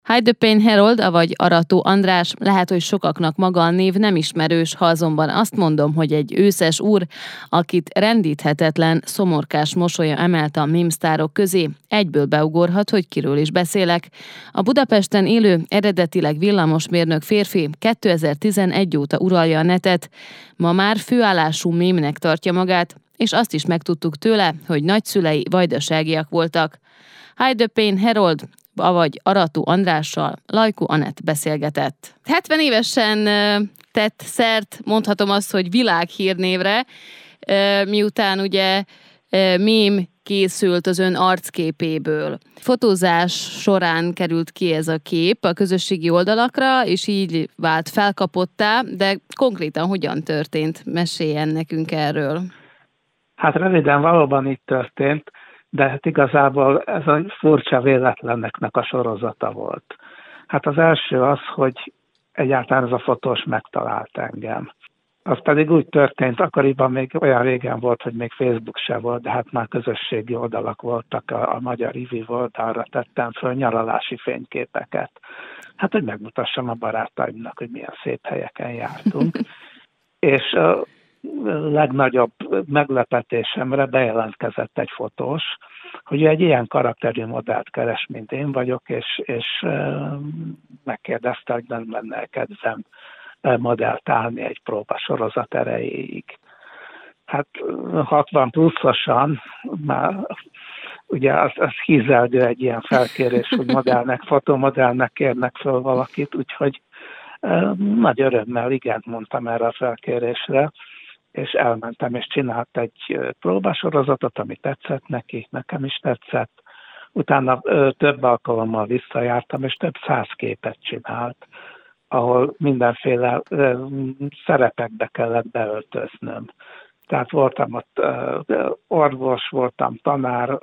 Hide the Pain Harold, avagy Arató András, lehet, hogy sokaknak maga a név nem ismerős, ha azonban azt mondom, hogy egy őszes úr, akit rendíthetetlen, szomorkás mosolya emelte a mémsztárok közé, egyből beugorhat, hogy kiről is beszélek. A Budapesten élő, eredetileg villamosmérnök férfi 2011 óta uralja a netet, ma már főállású mémnek tartja magát, és azt is megtudtuk tőle, hogy nagyszülei vajdaságiak voltak. Hide the Pain Harold, avagy Arató Andrással Lajkó Anett beszélgetett. 70 évesen tett szert, mondhatom azt, hogy világhírnévre, miután ugye mém készült az ön arcképéből. Fotózás során került ki ez a kép a közösségi oldalakra, és így vált felkapottá, de konkrétan hogyan történt? Meséljen nekünk erről. Hát röviden valóban így történt, de hát igazából ez a furcsa véletleneknek a sorozata volt. Hát az első az, hogy egyáltalán ez a fotós megtalált engem. Az pedig úgy történt, akkoriban még olyan régen volt, hogy még Facebook se volt, de hát már közösségi oldalak voltak, a Magyar Ivi volt, arra tettem föl nyaralási fényképeket. Hát, hogy megmutassam a barátaimnak, hogy milyen szép helyeken jártunk. És a legnagyobb meglepetésemre bejelentkezett egy fotós, hogy ő egy ilyen karakterű modellt keres, mint én vagyok, és megkérdezte, hogy nem lenne kedvem modellt állni egy próbasorozat erejéig. Hát 60 pluszosan már ugye az hízelgő egy ilyen felkérés, hogy modellnek, fotomodellnek kérnek föl valakit, úgyhogy nagy örömmel igent mondtam erre a felkérésre, és elmentem, és csinált egy próbasorozatot, ami tetszett neki, nekem is tetszett. Utána több alkalommal visszajártam, és több 100 képet csinált, ahol mindenféle szerepekbe kellett beöltöznöm. Tehát voltam ott orvos, voltam tanár,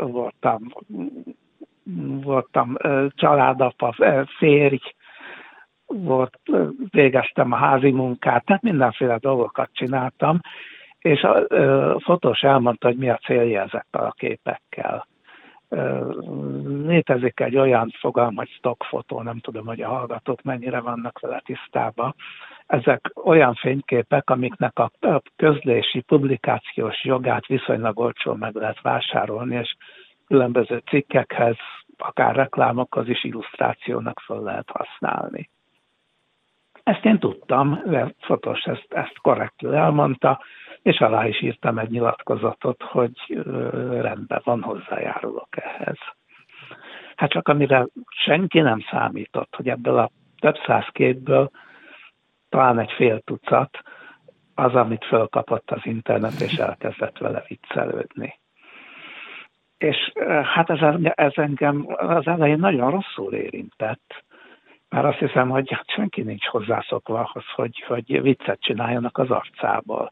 voltam családapa, férj, végeztem a házi munkát, tehát mindenféle dolgokat csináltam, és a fotós elmondta, hogy mi a célja ezekkel a képekkel. Létezik egy olyan fogalom, hogy stockfotó, nem tudom, hogy a hallgatók mennyire vannak vele tisztában. Ezek olyan fényképek, amiknek a közlési, publikációs jogát viszonylag olcsón meg lehet vásárolni, és különböző cikkekhez, akár reklámokhoz is illusztrációnak fel lehet használni. Ezt én tudtam, de fotós ezt korrektül elmondta, és alá is írtam egy nyilatkozatot, hogy rendben van, hozzájárulok ehhez. Hát csak amire senki nem számított, hogy ebből a több 100 képből talán egy fél tucat az, amit fölkapott az internet, és elkezdett vele viccelődni. És hát ez engem az elején nagyon rosszul érintett, mert azt hiszem, hogy senki nincs hozzászokva ahhoz, hogy viccet csináljanak az arcából.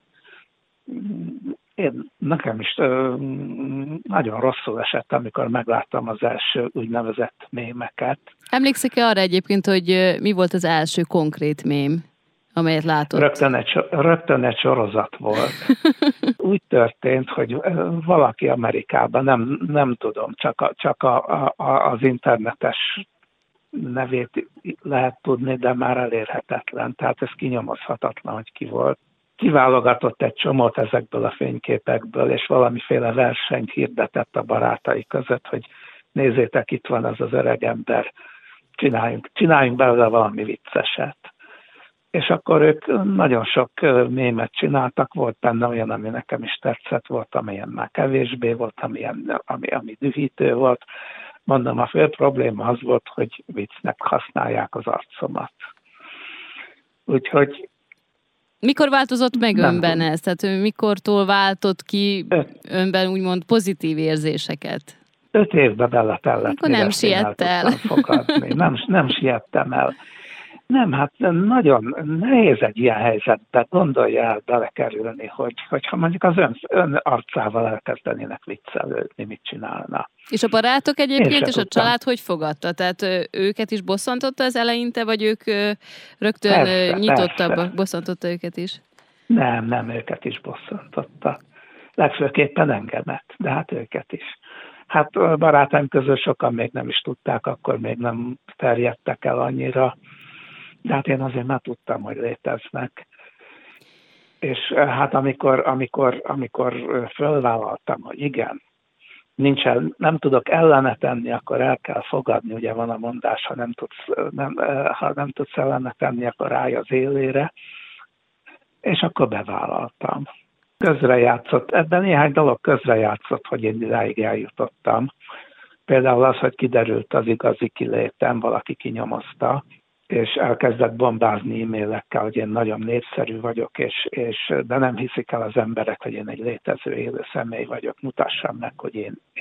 Nekem is nagyon rosszul esett, amikor megláttam az első úgynevezett mémeket. Emlékszik-e arra egyébként, hogy mi volt az első konkrét mém, amelyet látott? Rögtön egy sorozat volt. Úgy történt, hogy valaki Amerikában, nem tudom, csak az internetes nevét lehet tudni, de már elérhetetlen, tehát ez kinyomozhatatlan, hogy ki volt. Kiválogatott egy csomót ezekből a fényképekből, és valamiféle versenyt hirdetett a barátai között, hogy nézzétek, itt van az öreg ember, csináljunk belőle valami vicceset. És akkor ők nagyon sok mémet csináltak, volt benne olyan, ami nekem is tetszett, volt, amilyen már kevésbé volt, ami dühítő volt. Mondom, a fő probléma az volt, hogy viccnek használják az arcomat. Úgyhogy mikor változott meg önben ez? Tehát mikortól váltott ki önben úgymond pozitív érzéseket? 5 évbe beletellett. Akkor nem siett el. Nem siettem el. Nem, hát nagyon nehéz egy ilyen helyzetbe, gondolja el belekerülni, hogyha mondjuk az ön arcával elkezdenének viccelődni, mit csinálna. És a barátok egyébként, és a család hogy fogadta? Tehát őket is bosszantotta az eleinte, vagy ők rögtön nyitottabbak, bosszantotta őket is? Nem, őket is bosszantotta. Legfőképpen engemet, de hát őket is. Hát a barátaim közül sokan még nem is tudták, akkor még nem terjedtek el annyira, de hát én azért már tudtam, hogy léteznek. És hát amikor fölvállaltam, hogy igen, nem tudok ellene tenni, akkor el kell fogadni, ugye van a mondás, ha nem tudsz ellene tenni, akkor állj az élére, és akkor bevállaltam. Közrejátszott, ebben néhány dolog közrejátszott, hogy én idáig eljutottam. Például az, hogy kiderült az igazi kilétem, valaki kinyomozta, és elkezdett bombázni e-mailekkel, hogy én nagyon népszerű vagyok, de nem hiszik el az emberek, hogy én egy létező élő személy vagyok, mutassam meg, hogy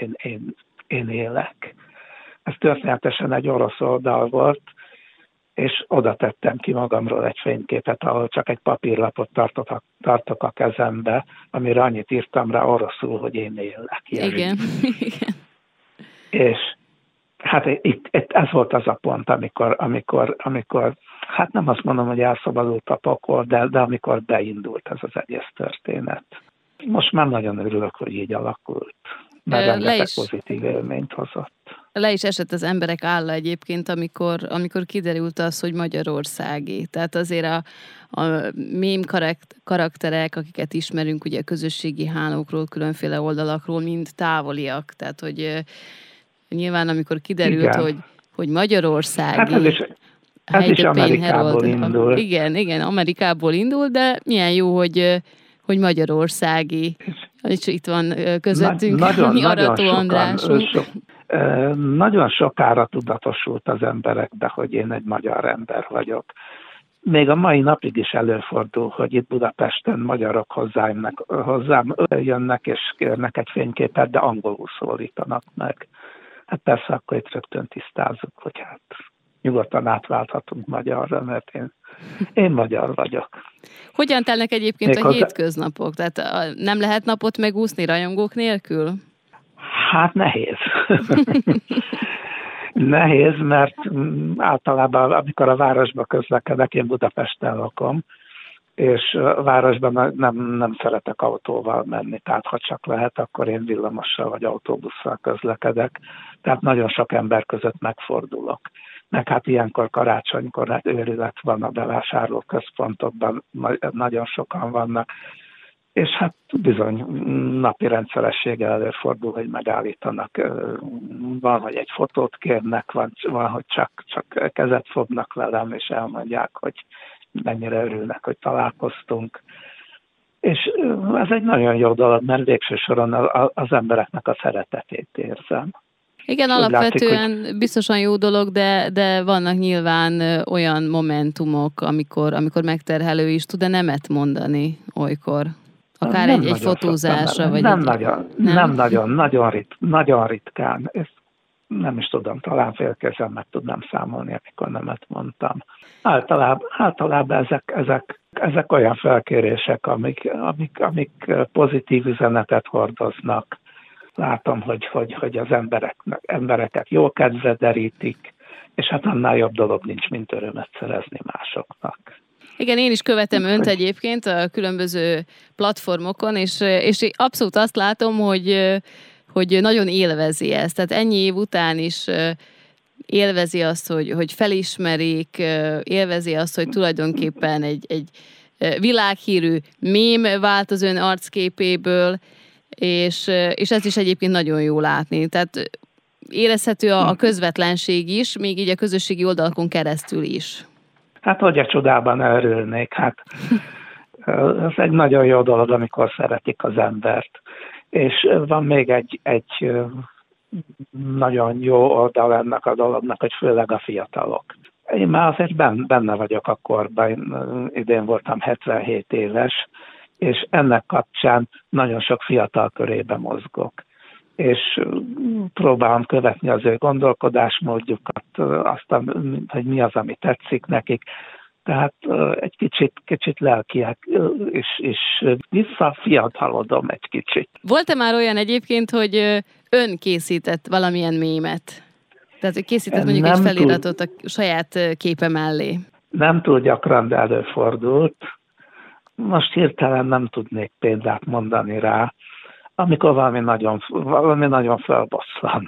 én élek. Ez történetesen egy orosz oldal volt, és oda tettem ki magamról egy fényképet, ahol csak egy papírlapot tartok a kezembe, amire annyit írtam rá oroszul, hogy én élek. Igen, igen. És hát itt ez volt az a pont, amikor hát nem azt mondom, hogy elszabadult a pokol, de amikor beindult ez az egész történet. Most már nagyon örülök, hogy így alakult, mert rengeteg pozitív élményt hozott. Le is esett az emberek álla egyébként, amikor kiderült az, hogy magyarországi. Tehát azért a mém karakterek, akiket ismerünk ugye a közösségi hálókról, különféle oldalakról, mind távoliak. Tehát, hogy nyilván amikor kiderült, hogy magyarországi... Hát ez is Amerikából indul. Igen, Amerikából indul, de milyen jó, hogy magyarországi. És itt van közöttünk Arató Andrásunk. Nagyon sokára tudatosult az emberekbe, hogy én egy magyar ember vagyok. Még a mai napig is előfordul, hogy itt Budapesten magyarok hozzám jönnek és kérnek egy fényképet, de angolul szólítanak meg. Hát persze akkor itt rögtön tisztázzuk, hogy hát nyugodtan átválthatunk magyarra, mert én magyar vagyok. Hogyan telnek egyébként a hétköznapok? Tehát nem lehet napot megúszni rajongók nélkül? Hát nehéz. Nehéz, mert általában, amikor a városba közlekedek, én Budapesten lakom, és a városban nem szeretek autóval menni, tehát ha csak lehet, akkor én villamossal vagy autóbusszal közlekedek, tehát nagyon sok ember között megfordulok. Meg hát ilyenkor karácsonykor hát őrület van a bevásárlóközpontokban, nagyon sokan vannak, és hát bizony napi rendszerességgel előfordul, hogy megállítanak. Van, hogy egy fotót kérnek, van, hogy csak kezet fognak velem, és elmondják, hogy mennyire örülnek, hogy találkoztunk. És ez egy nagyon jó dolog, mert végső soron az embereknek a szeretetét érzem. Igen, alapvetően látszik, hogy... biztosan jó dolog, de vannak nyilván olyan momentumok, amikor megterhelő is tud, de nemet mondani olykor. Akár egy fotózásra, vagy nagyon ritkán. Ezt nem is tudom, talán félkezem meg tudnám számolni, amikor nemet mondtam. Általában ezek olyan felkérések, amik pozitív üzenetet hordoznak. Látom, hogy az embereket jó kedvre derítik, és hát annál jobb dolog nincs, mint örömet szerezni másoknak. Igen, én is követem önt egyébként a különböző platformokon, és abszolút azt látom, hogy nagyon élvezi ezt. Tehát ennyi év után is élvezi azt, hogy felismerik, élvezi azt, hogy tulajdonképpen egy világhírű mém vált az ön arcképéből, és ez is egyébként nagyon jó látni. Tehát érezhető a közvetlenség is, még így a közösségi oldalakon keresztül is. Hát hogy a csodában örülnék, hát ez egy nagyon jó dolog, amikor szeretik az embert. És van még egy nagyon jó oldal ennek a dolognak, hogy főleg a fiatalok. Én már azért benne vagyok a korban, idén voltam 77 éves, és ennek kapcsán nagyon sok fiatal körébe mozgok. És próbálom követni az ő gondolkodásmódjukat, azt, hogy mi az, ami tetszik nekik. Tehát egy kicsit lelkiek, és visszafiatalodom egy kicsit. Volt-e már olyan egyébként, hogy ön készített valamilyen mémet? Tehát, hogy készített mondjuk egy feliratot a saját képe mellé? Nem túl gyakran, de előfordult. Most hirtelen nem tudnék példát mondani rá. amikor valami nagyon felbosszant.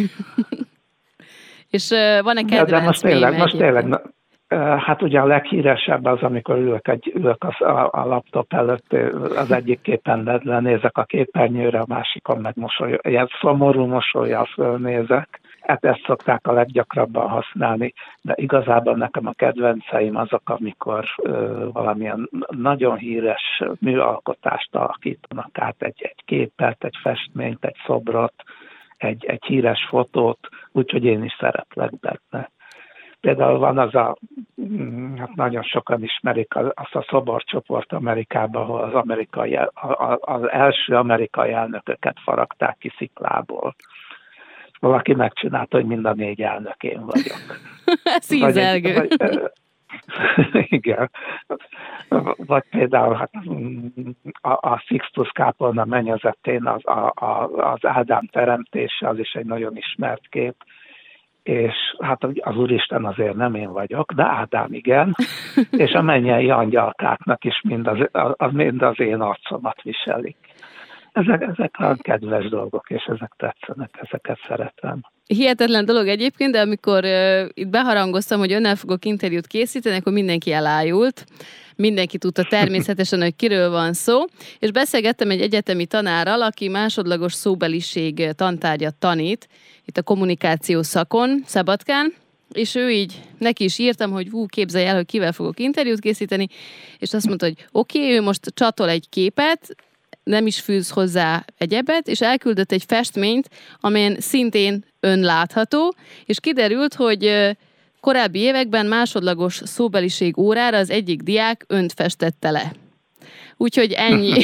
És van-e kedvenc de most tényleg, hát ugye a leghíresebb az, amikor ülök a laptop előtt, az egyik képen lenézek a képernyőre, a másikon meg ilyen szomorú mosollyal fölnézek. Hát ezt szokták a leggyakrabban használni, de igazából nekem a kedvenceim azok, amikor valamilyen nagyon híres műalkotást alakítanak át, egy képet, egy festményt, egy szobrot, egy híres fotót, úgyhogy én is szeretlek benne. Például van hát nagyon sokan ismerik azt a szoborcsoport Amerikában, ahol az első amerikai elnököket faragták ki sziklából. Valaki megcsinálta, hogy mind a 4 elnök én vagyok. Szízelgő. Igen. Vagy például hát, a Sixtus kápolna mennyezetén az Ádám teremtése, az is egy nagyon ismert kép, és hát az Úristen azért nem én vagyok, de Ádám igen, és a mennyei angyalkáknak is mind az én arcomat viselik. Ezek a kedves dolgok, és ezek tetszenek, ezeket szeretem. Hihetetlen dolog egyébként, de amikor itt beharangoztam, hogy önnel fogok interjút készíteni, akkor mindenki elájult. Mindenki tudta természetesen, hogy kiről van szó, és beszélgettem egy egyetemi tanárral, aki másodlagos szóbeliség tantárgyat tanít, itt a kommunikáció szakon, Szabadkán, és ő így, neki is írtam, hogy képzelj el, hogy kivel fogok interjút készíteni, és azt mondta, hogy oké, ő most csatol egy képet, nem is fűz hozzá egyebet, és elküldött egy festményt, amelyen szintén ön látható, és kiderült, hogy korábbi években másodlagos szóbeliség órára az egyik diák önt festette le. Úgyhogy ennyi.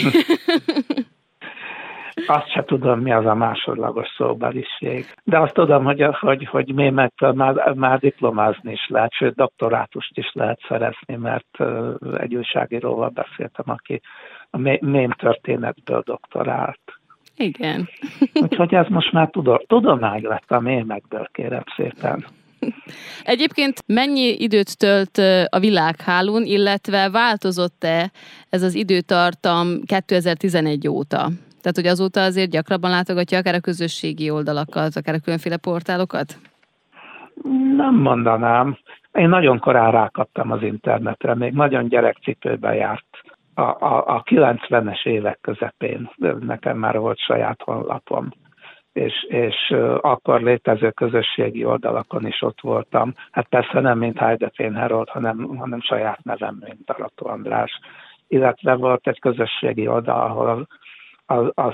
Azt se tudom, mi az a másodlagos szóbeliség. De azt tudom, hogy mémekkel már diplomázni is lehet, sőt doktorátust is lehet szerezni, mert egy újságíróval beszéltem, aki a mém történetből doktorált. Igen. Úgyhogy ez most már tudomány lett a mémekből, kérem szépen. Egyébként mennyi időt tölt a világhálón, illetve változott-e ez az időtartam 2011 óta? Tehát, hogy azóta azért gyakrabban látogatja akár a közösségi oldalakat, akár a különféle portálokat? Nem mondanám. Én nagyon korán rákaptam az internetre, még nagyon gyerekcipőben járt. A 90-es évek közepén nekem már volt saját honlapom, és akkor létező közösségi oldalakon is ott voltam. Hát persze nem mint Heidefén Herold, hanem saját nevem, mint Arató András. Illetve volt egy közösségi oldal, ahol az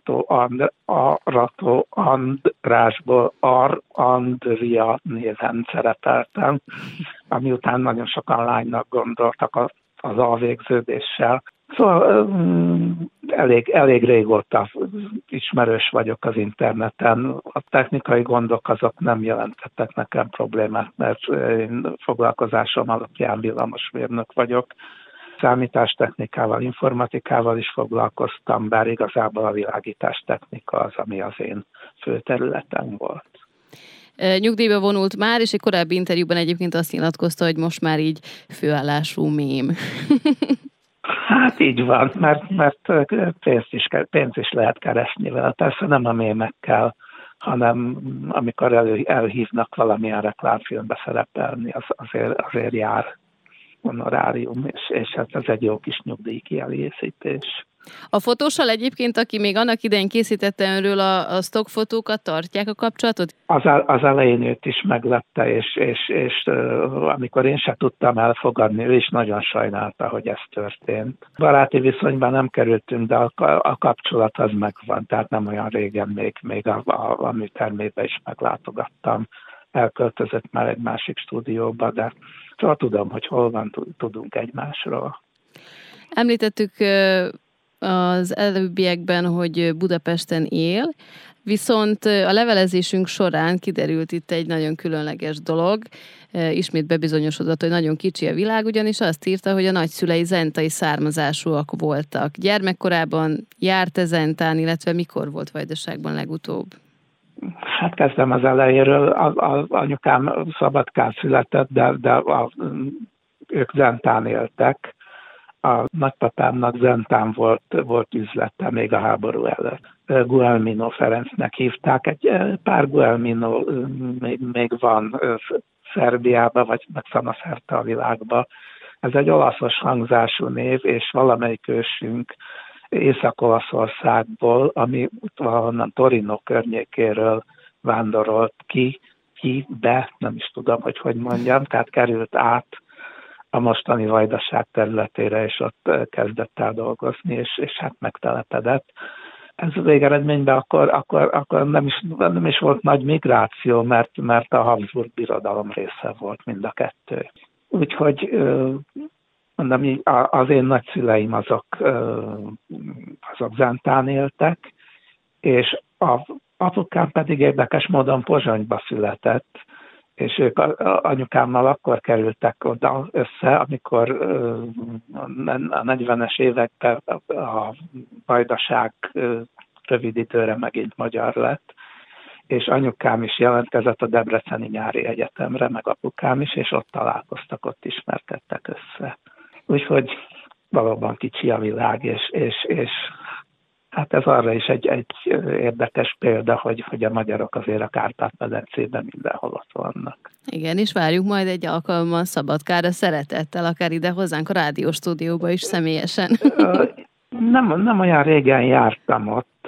Arató Andrásból Andria néven szerepeltem, ami után nagyon sokan lánynak gondoltak az alvégződéssel. Szóval elég régóta ismerős vagyok az interneten. A technikai gondok azok nem jelentettek nekem problémát, mert én foglalkozásom alapján villamosmérnök vagyok. Számítástechnikával, informatikával is foglalkoztam, bár igazából a világítástechnika az, ami az én fő területem volt. Nyugdíjba vonult már, és egy korábbi interjúban egyébként azt nyilatkozta, hogy most már így főállású mém. Hát így van, mert pénzt is lehet keresni vele. Persze nem a mémekkel, hanem amikor elhívnak valamilyen reklámfilmbe szerepelni, azért jár honorárium, és hát ez egy jó kis nyugdíjkielégítés. A fotóssal egyébként, aki még annak idején készítette önről a stockfotókat, tartják a kapcsolatot? Az elején őt is meglepte, és amikor én se tudtam elfogadni, ő is nagyon sajnálta, hogy ez történt. Baráti viszonyban nem kerültünk, de a kapcsolat az megvan, tehát nem olyan régen még a műtermébe is meglátogattam. Elköltözött már egy másik stúdióba, de szóval tudom, hogy hol van, tudunk egymásról. Említettük az előbbiekben, hogy Budapesten él, viszont a levelezésünk során kiderült itt egy nagyon különleges dolog. Ismét bebizonyosodott, hogy nagyon kicsi a világ, ugyanis azt írta, hogy a nagyszülei zentai származásúak voltak. Gyermekkorában járt-e Zentán, illetve mikor volt Vajdaságban legutóbb? Hát kezdem az elejéről. Az anyukám Szabadkán született, de ők Zentán éltek. A nagypapámnak Zentán volt üzlete még a háború előtt. Guelmino Ferencnek hívták. Egy pár Guelmino még van Szerbiában, vagy szanaszerte a világban. Ez egy olaszos hangzású név, és valamelyik ősünk Észak-Olaszországból, ami valahonnan Torino környékéről vándorolt be, nem is tudom, hogy mondjam, tehát került át a mostani Vajdaság területére, és ott kezdett el dolgozni, és hát megtelepedett. Ez végeredményben akkor nem is volt nagy migráció, mert a Habsburg birodalom része volt mind a kettő. Úgyhogy mondom, az én nagyszüleim azok Zentán éltek, és apukám pedig érdekes módon Pozsonyba született, és ők anyukámmal akkor kerültek oda össze, amikor a 40-es években a Vajdaság rövid időre megint magyar lett, és anyukám is jelentkezett a Debreceni Nyári Egyetemre, meg apukám is, és ott találkoztak, ott ismerkedtek össze. Úgyhogy valóban kicsi a világ, és hát ez arra is egy érdekes példa, hogy a magyarok azért a Kárpát-medencében mindenhol ott vannak. Igen, és várjuk majd egy alkalommal Szabadkára szeretettel, akár ide hozzánk a rádióstúdióba is személyesen. Nem olyan régen jártam ott,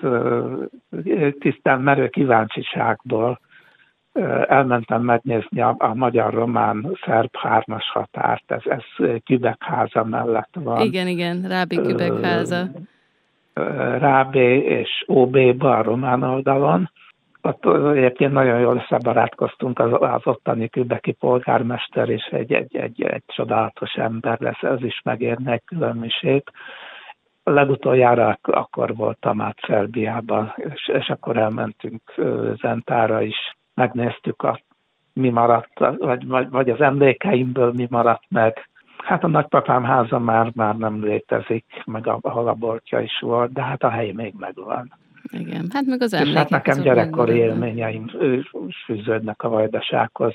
tisztán merő kíváncsiságból elmentem megnézni a magyar-román-szerb hármas határt, ez Kübekháza mellett van. Igen, Rábé Kübekháza. Rábé és OB-ba a román oldalon. Ott egyébként nagyon jól összebarátkoztunk az ottani kübeki polgármester, és egy csodálatos ember lesz, ez is megérne egy külön misét. Legutoljára akkor voltam át Szerbiában, és akkor elmentünk Zentára is, megnéztük mi maradt, vagy az emlékeimből mi maradt meg. Hát a nagypapám háza már nem létezik, meg ahol a boltja is volt, de hát a hely még megvan. Igen, hát meg az emlékek. És hát nekem gyerekkori élményeim fűződnek a Vajdasághoz.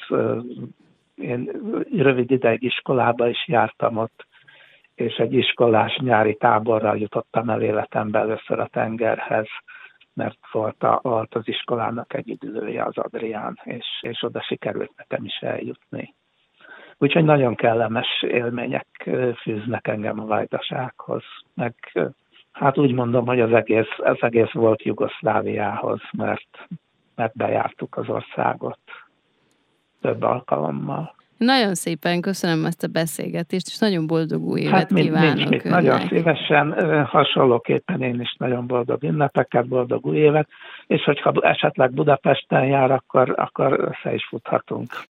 Én rövid ideig iskolába is jártam ott, és egy iskolás nyári táborral jutottam el életemben először a tengerhez, mert volt az iskolának egy üdülője, az Adrián, és oda sikerült nekem is eljutni. Úgyhogy nagyon kellemes élmények fűznek engem a Vajdasághoz, meg hát úgy mondom, hogy az egész volt Jugoszláviához, mert bejártuk az országot több alkalommal. Nagyon szépen köszönöm ezt a beszélgetést, és nagyon boldog új évet kívánok önnek. Nagyon szívesen, hasonlóképpen én is nagyon boldog ünnepeket, boldog új évet, és hogyha esetleg Budapesten jár, akkor össze is futhatunk.